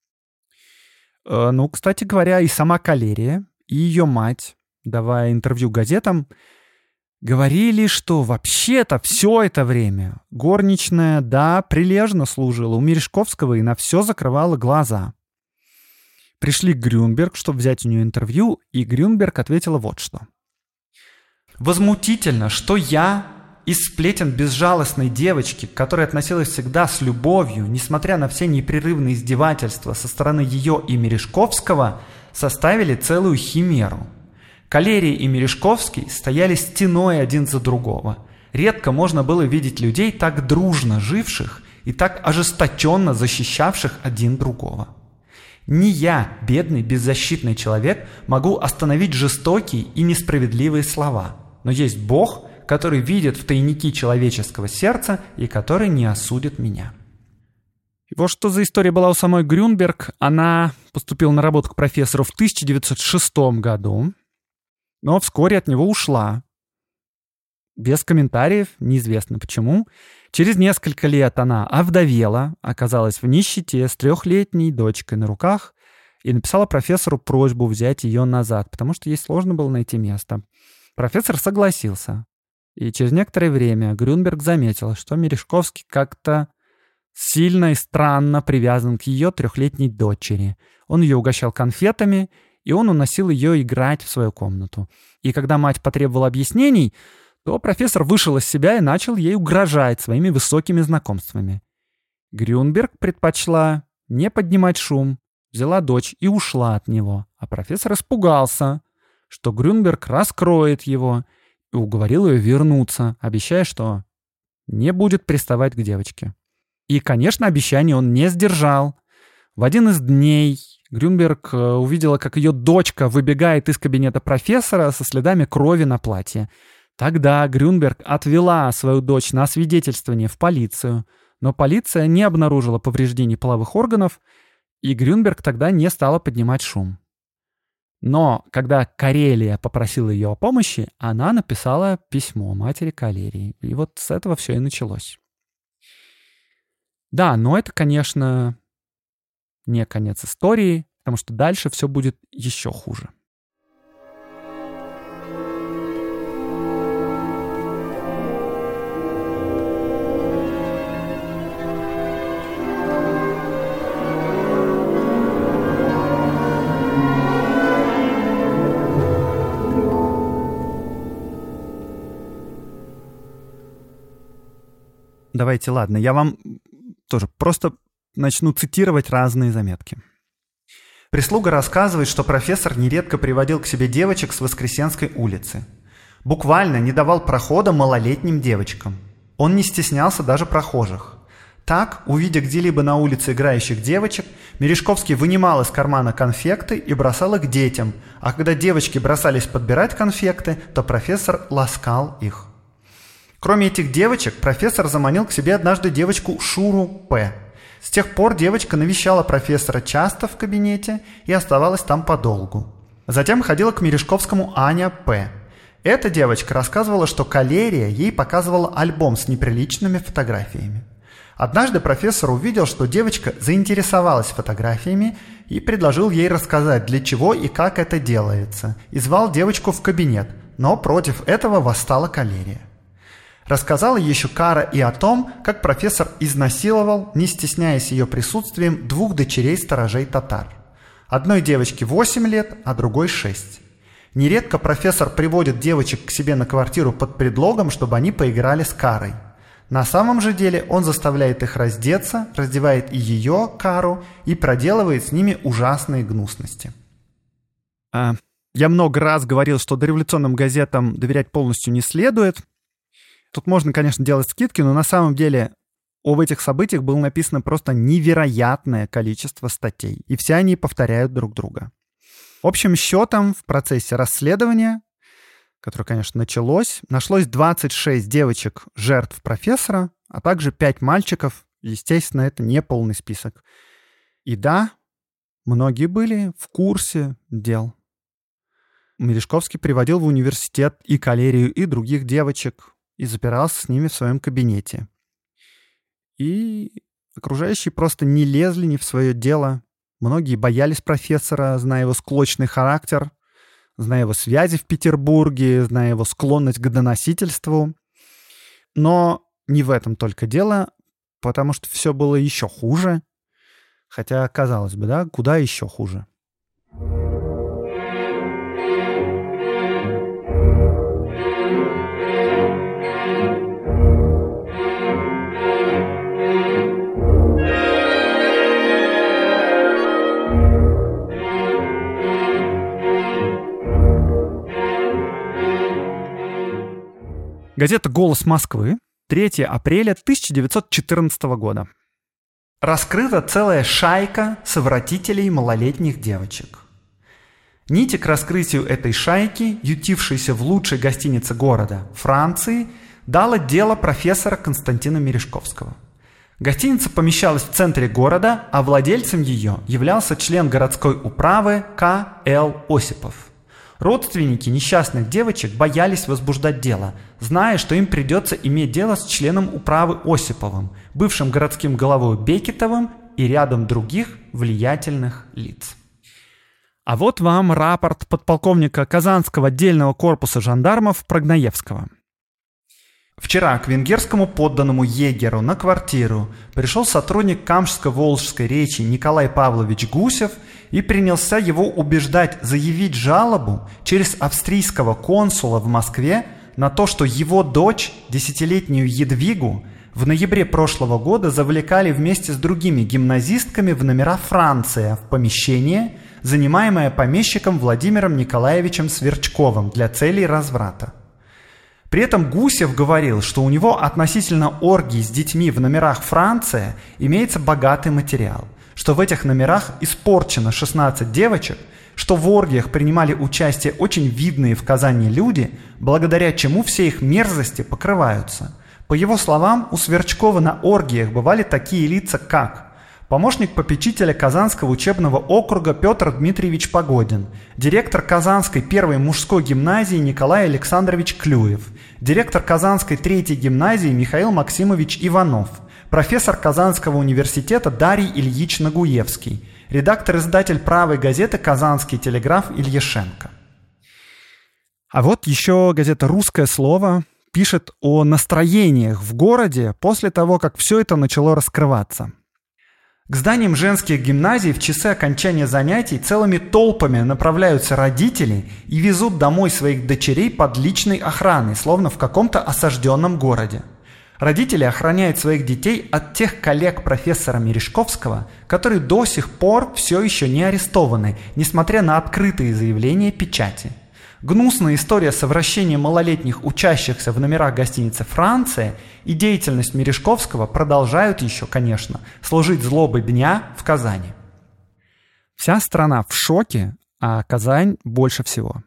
Э, ну, кстати говоря, и сама Калерия, и ее мать, давая интервью газетам, говорили, что вообще-то все это время горничная, да, прилежно служила у Мережковского и на все закрывала глаза. Пришли к Грюнберг, чтобы взять у нее интервью, и Грюнберг ответила вот что. «Возмутительно, что я из сплетен безжалостной девочки, к которой относилась всегда с любовью, несмотря на все непрерывные издевательства со стороны ее и Мережковского, составили целую химеру. Калерий и Мережковский стояли стеной один за другого. Редко можно было видеть людей, так дружно живших и так ожесточенно защищавших один другого. Не я, бедный, беззащитный человек, могу остановить жестокие и несправедливые слова, но есть Бог, который видит в тайники человеческого сердца и который не осудит меня». И вот что за история была у самой Грюнберг. Она поступила на работу к профессору в тысяча девятьсот шестом году, но вскоре от него ушла. Без комментариев, неизвестно почему. Через несколько лет она овдовела, оказалась в нищете с трехлетней дочкой на руках и написала профессору просьбу взять ее назад, потому что ей сложно было найти место. Профессор согласился. И через некоторое время Грюнберг заметила, что Мережковский как-то сильно и странно привязан к ее трехлетней дочери. Он ее угощал конфетами, и он уносил ее играть в свою комнату. И когда мать потребовала объяснений, то профессор вышел из себя и начал ей угрожать своими высокими знакомствами. Грюнберг предпочла не поднимать шум, взяла дочь и ушла от него. А профессор испугался, что Грюнберг раскроет его, и уговорил ее вернуться, обещая, что не будет приставать к девочке. И, конечно, обещание он не сдержал. В один из дней Грюнберг увидела, как ее дочка выбегает из кабинета профессора со следами крови на платье. Тогда Грюнберг отвела свою дочь на освидетельствование в полицию, но полиция не обнаружила повреждений половых органов, и Грюнберг тогда не стала поднимать шум. Но когда Карелия попросила ее о помощи, она написала письмо матери Калерии. И вот с этого все и началось. Да, но это, конечно, не конец истории, потому что дальше все будет еще хуже. Давайте, ладно, я вам тоже просто начну цитировать разные заметки. Прислуга рассказывает, что профессор нередко приводил к себе девочек с Воскресенской улицы. Буквально не давал прохода малолетним девочкам. Он не стеснялся даже прохожих. Так, увидя где-либо на улице играющих девочек, Мережковский вынимал из кармана конфекты и бросал их детям, а когда девочки бросались подбирать конфекты, то профессор ласкал их. Кроме этих девочек, профессор заманил к себе однажды девочку Шуру П. С тех пор девочка навещала профессора часто в кабинете и оставалась там подолгу. Затем ходила к Мережковскому Аня П. Эта девочка рассказывала, что Калерия ей показывала альбом с неприличными фотографиями. Однажды профессор увидел, что девочка заинтересовалась фотографиями и предложил ей рассказать, для чего и как это делается, и звал девочку в кабинет, но против этого восстала Калерия. Рассказала еще Кара и о том, как профессор изнасиловал, не стесняясь ее присутствием, двух дочерей сторожей татар. Одной девочке восемь лет, а другой шесть. Нередко профессор приводит девочек к себе на квартиру под предлогом, чтобы они поиграли с Карой. На самом же деле он заставляет их раздеться, раздевает и ее, Кару, и проделывает с ними ужасные гнусности. А, я много раз говорил, что дореволюционным газетам доверять полностью не следует. Тут можно, конечно, делать скидки, но на самом деле об этих событиях было написано просто невероятное количество статей, и все они повторяют друг друга. Общим счетом в процессе расследования, которое, конечно, началось, нашлось двадцать шесть девочек жертв профессора, а также пять мальчиков. Естественно, это не полный список. И да, многие были в курсе дел. Мережковский приводил в университет и Калерию, и других девочек, и запирался с ними в своем кабинете. И окружающие просто не лезли ни в свое дело. Многие боялись профессора, зная его склочный характер, зная его связи в Петербурге, зная его склонность к доносительству. Но не в этом только дело, потому что все было еще хуже. Хотя, казалось бы, да, куда еще хуже? Газета «Голос Москвы», третьего апреля тысяча девятьсот четырнадцатого года. Раскрыта целая шайка совратителей малолетних девочек. Нити к раскрытию этой шайки, ютившейся в лучшей гостинице города, Франции, дало дело профессора Константина Мережковского. Гостиница помещалась в центре города, а владельцем ее являлся член городской управы К Л Осипов. Родственники несчастных девочек боялись возбуждать дело, зная, что им придется иметь дело с членом управы Осиповым, бывшим городским головой Бекетовым и рядом других влиятельных лиц. А вот вам рапорт подполковника Казанского отдельного корпуса жандармов Прогноевского. Вчера к венгерскому подданному егеру на квартиру пришел сотрудник Камчатско-Волжской речи Николай Павлович Гусев и принялся его убеждать заявить жалобу через австрийского консула в Москве на то, что его дочь, десятилетнюю Едвигу, в ноябре прошлого года завлекали вместе с другими гимназистками в номера «Франция» в помещение, занимаемое помещиком Владимиром Николаевичем Сверчковым для целей разврата. При этом Гусев говорил, что у него относительно оргий с детьми в номерах «Франция» имеется богатый материал, что в этих номерах испорчено шестнадцать девочек, что в оргиях принимали участие очень видные в Казани люди, благодаря чему все их мерзости покрываются. По его словам, у Сверчкова на оргиях бывали такие лица, как помощник попечителя Казанского учебного округа Петр Дмитриевич Погодин, директор Казанской первой мужской гимназии Николай Александрович Клюев, директор Казанской третьей гимназии Михаил Максимович Иванов, профессор Казанского университета Дарий Ильич Нагуевский, редактор-издатель правой газеты «Казанский телеграф» Ильяшенко. А вот еще газета «Русское слово» пишет о настроениях в городе после того, как все это начало раскрываться. К зданиям женских гимназий в часы окончания занятий целыми толпами направляются родители и везут домой своих дочерей под личной охраной, словно в каком-то осажденном городе. Родители охраняют своих детей от тех коллег профессора Мережковского, которые до сих пор все еще не арестованы, несмотря на открытые заявления печати. Гнусная история совращения малолетних учащихся в номерах гостиницы «Франция» и деятельность Мережковского продолжают еще, конечно, служить злобой дня в Казани. Вся страна в шоке, а Казань больше всего.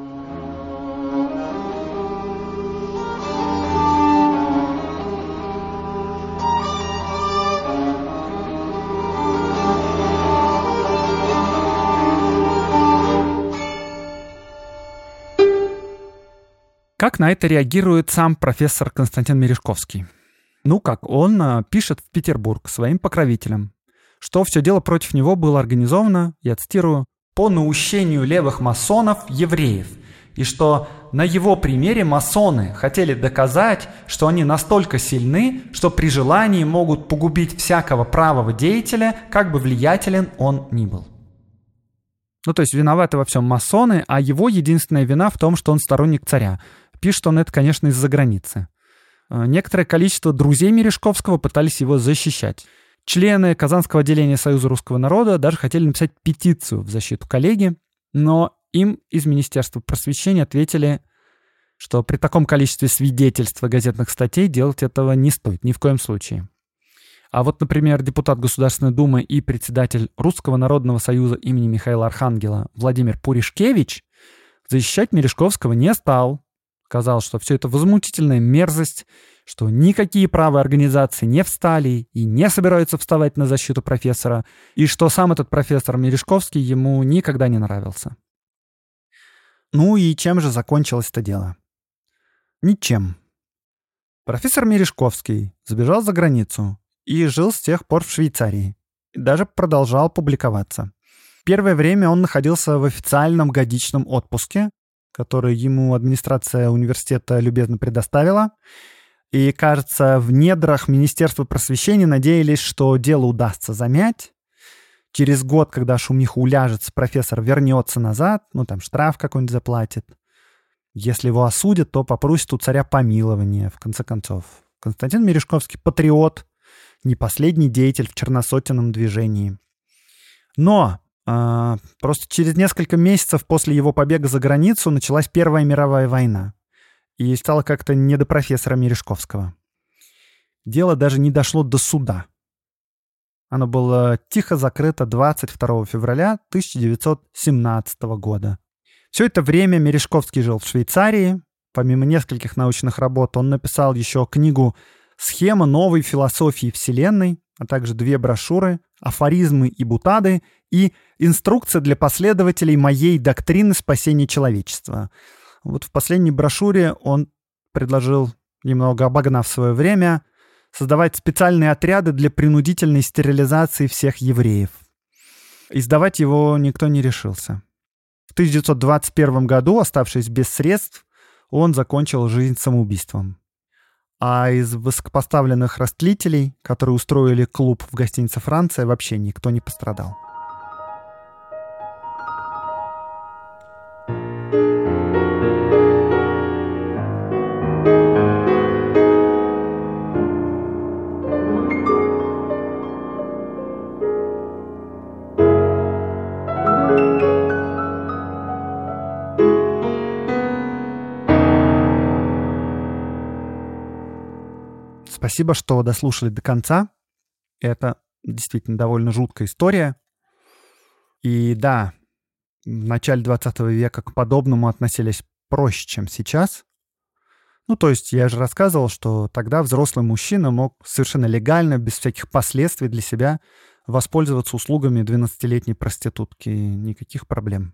Как на это реагирует сам профессор Константин Мережковский? Ну как, он а, пишет в Петербург своим покровителям, что все дело против него было организовано, я цитирую, «по наущению левых масонов евреев», и что на его примере масоны хотели доказать, что они настолько сильны, что при желании могут погубить всякого правого деятеля, как бы влиятелен он ни был. Ну то есть виноваты во всем масоны, а его единственная вина в том, что он сторонник царя. Пишет он это, конечно, из-за границы. Некоторое количество друзей Мережковского пытались его защищать. Члены Казанского отделения Союза русского народа даже хотели написать петицию в защиту коллеги, но им из Министерства просвещения ответили, что при таком количестве свидетельств и газетных статей делать этого не стоит ни в коем случае. А вот, например, депутат Государственной Думы и председатель Русского народного союза имени Михаила Архангела Владимир Пуришкевич защищать Мережковского не стал. Сказал, что все это возмутительная мерзость, что никакие правые организации не встали и не собираются вставать на защиту профессора, и что сам этот профессор Мережковский ему никогда не нравился. Ну и чем же закончилось это дело? Ничем. Профессор Мережковский сбежал за границу и жил с тех пор в Швейцарии. И даже продолжал публиковаться. Первое время он находился в официальном годичном отпуске, который ему администрация университета любезно предоставила. И, кажется, в недрах Министерства просвещения надеялись, что дело удастся замять. Через год, когда шумиха уляжется, профессор вернется назад, ну там штраф какой-нибудь заплатит. Если его осудят, то попросит у царя помилования, в конце концов. Константин Мережковский — патриот, не последний деятель в черносотенном движении. Но э, просто через несколько месяцев после его побега за границу началась Первая мировая война. И стало как-то не до профессора Мережковского. Дело даже не дошло до суда. Оно было тихо закрыто двадцать второго февраля тысяча девятьсот семнадцатого года. Все это время Мережковский жил в Швейцарии. Помимо нескольких научных работ, он написал еще книгу «Схема новой философии Вселенной», а также две брошюры «Афоризмы и бутады» и «Инструкция для последователей моей доктрины спасения человечества». Вот в последней брошюре он предложил, немного обогнав свое время, создавать специальные отряды для принудительной стерилизации всех евреев. Издавать его никто не решился. В тысяча девятьсот двадцать первом году, оставшись без средств, он закончил жизнь самоубийством. А из высокопоставленных растлителей, которые устроили клуб в гостинице «Франция», вообще никто не пострадал. Спасибо, что дослушали до конца. Это действительно довольно жуткая история. И да, в начале двадцатого века к подобному относились проще, чем сейчас. Ну, то есть я же рассказывал, что тогда взрослый мужчина мог совершенно легально, без всяких последствий для себя, воспользоваться услугами двенадцатилетней проститутки. Никаких проблем.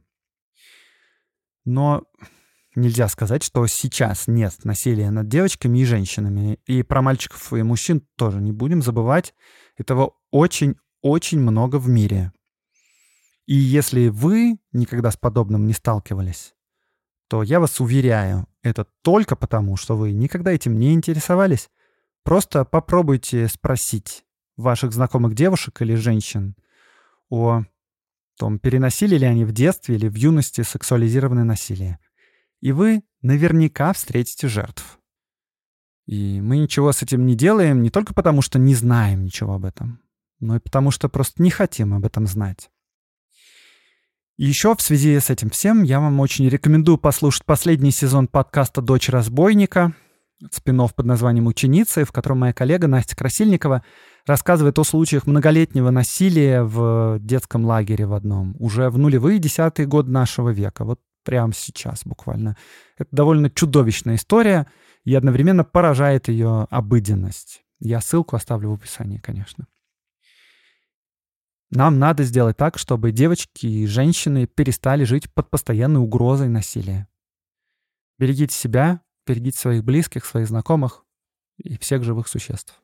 Но нельзя сказать, что сейчас нет насилия над девочками и женщинами. И про мальчиков и мужчин тоже не будем забывать. Этого очень-очень много в мире. И если вы никогда с подобным не сталкивались, то я вас уверяю, это только потому, что вы никогда этим не интересовались. Просто попробуйте спросить ваших знакомых девушек или женщин о том, переносили ли они в детстве или в юности сексуализированное насилие. И вы наверняка встретите жертв. И мы ничего с этим не делаем не только потому, что не знаем ничего об этом, но и потому, что просто не хотим об этом знать. И еще в связи с этим всем я вам очень рекомендую послушать последний сезон подкаста «Дочь разбойника», спин-офф под названием «Ученицы», в котором моя коллега Настя Красильникова рассказывает о случаях многолетнего насилия в детском лагере в одном, уже в нулевые десятые годы нашего века. Вот прямо сейчас буквально. Это довольно чудовищная история и одновременно поражает ее обыденность. Я ссылку оставлю в описании, конечно. Нам надо сделать так, чтобы девочки и женщины перестали жить под постоянной угрозой насилия. Берегите себя, берегите своих близких, своих знакомых и всех живых существ.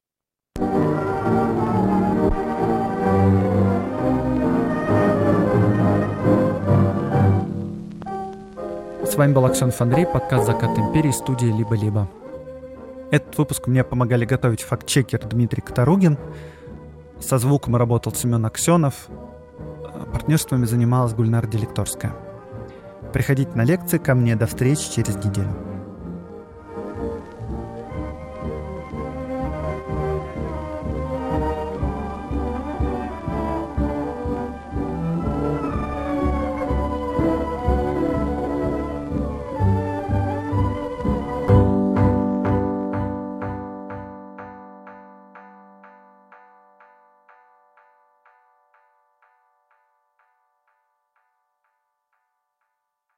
С вами был Аксенов Андрей, подкаст «Закат империи», студии «Либо-либо». Этот выпуск мне помогали готовить фактчекер Дмитрий Катаругин. Со звуком работал Семен Аксенов. Партнерствами занималась Гульнара Делекторская. Приходите на лекции ко мне. До встречи через неделю.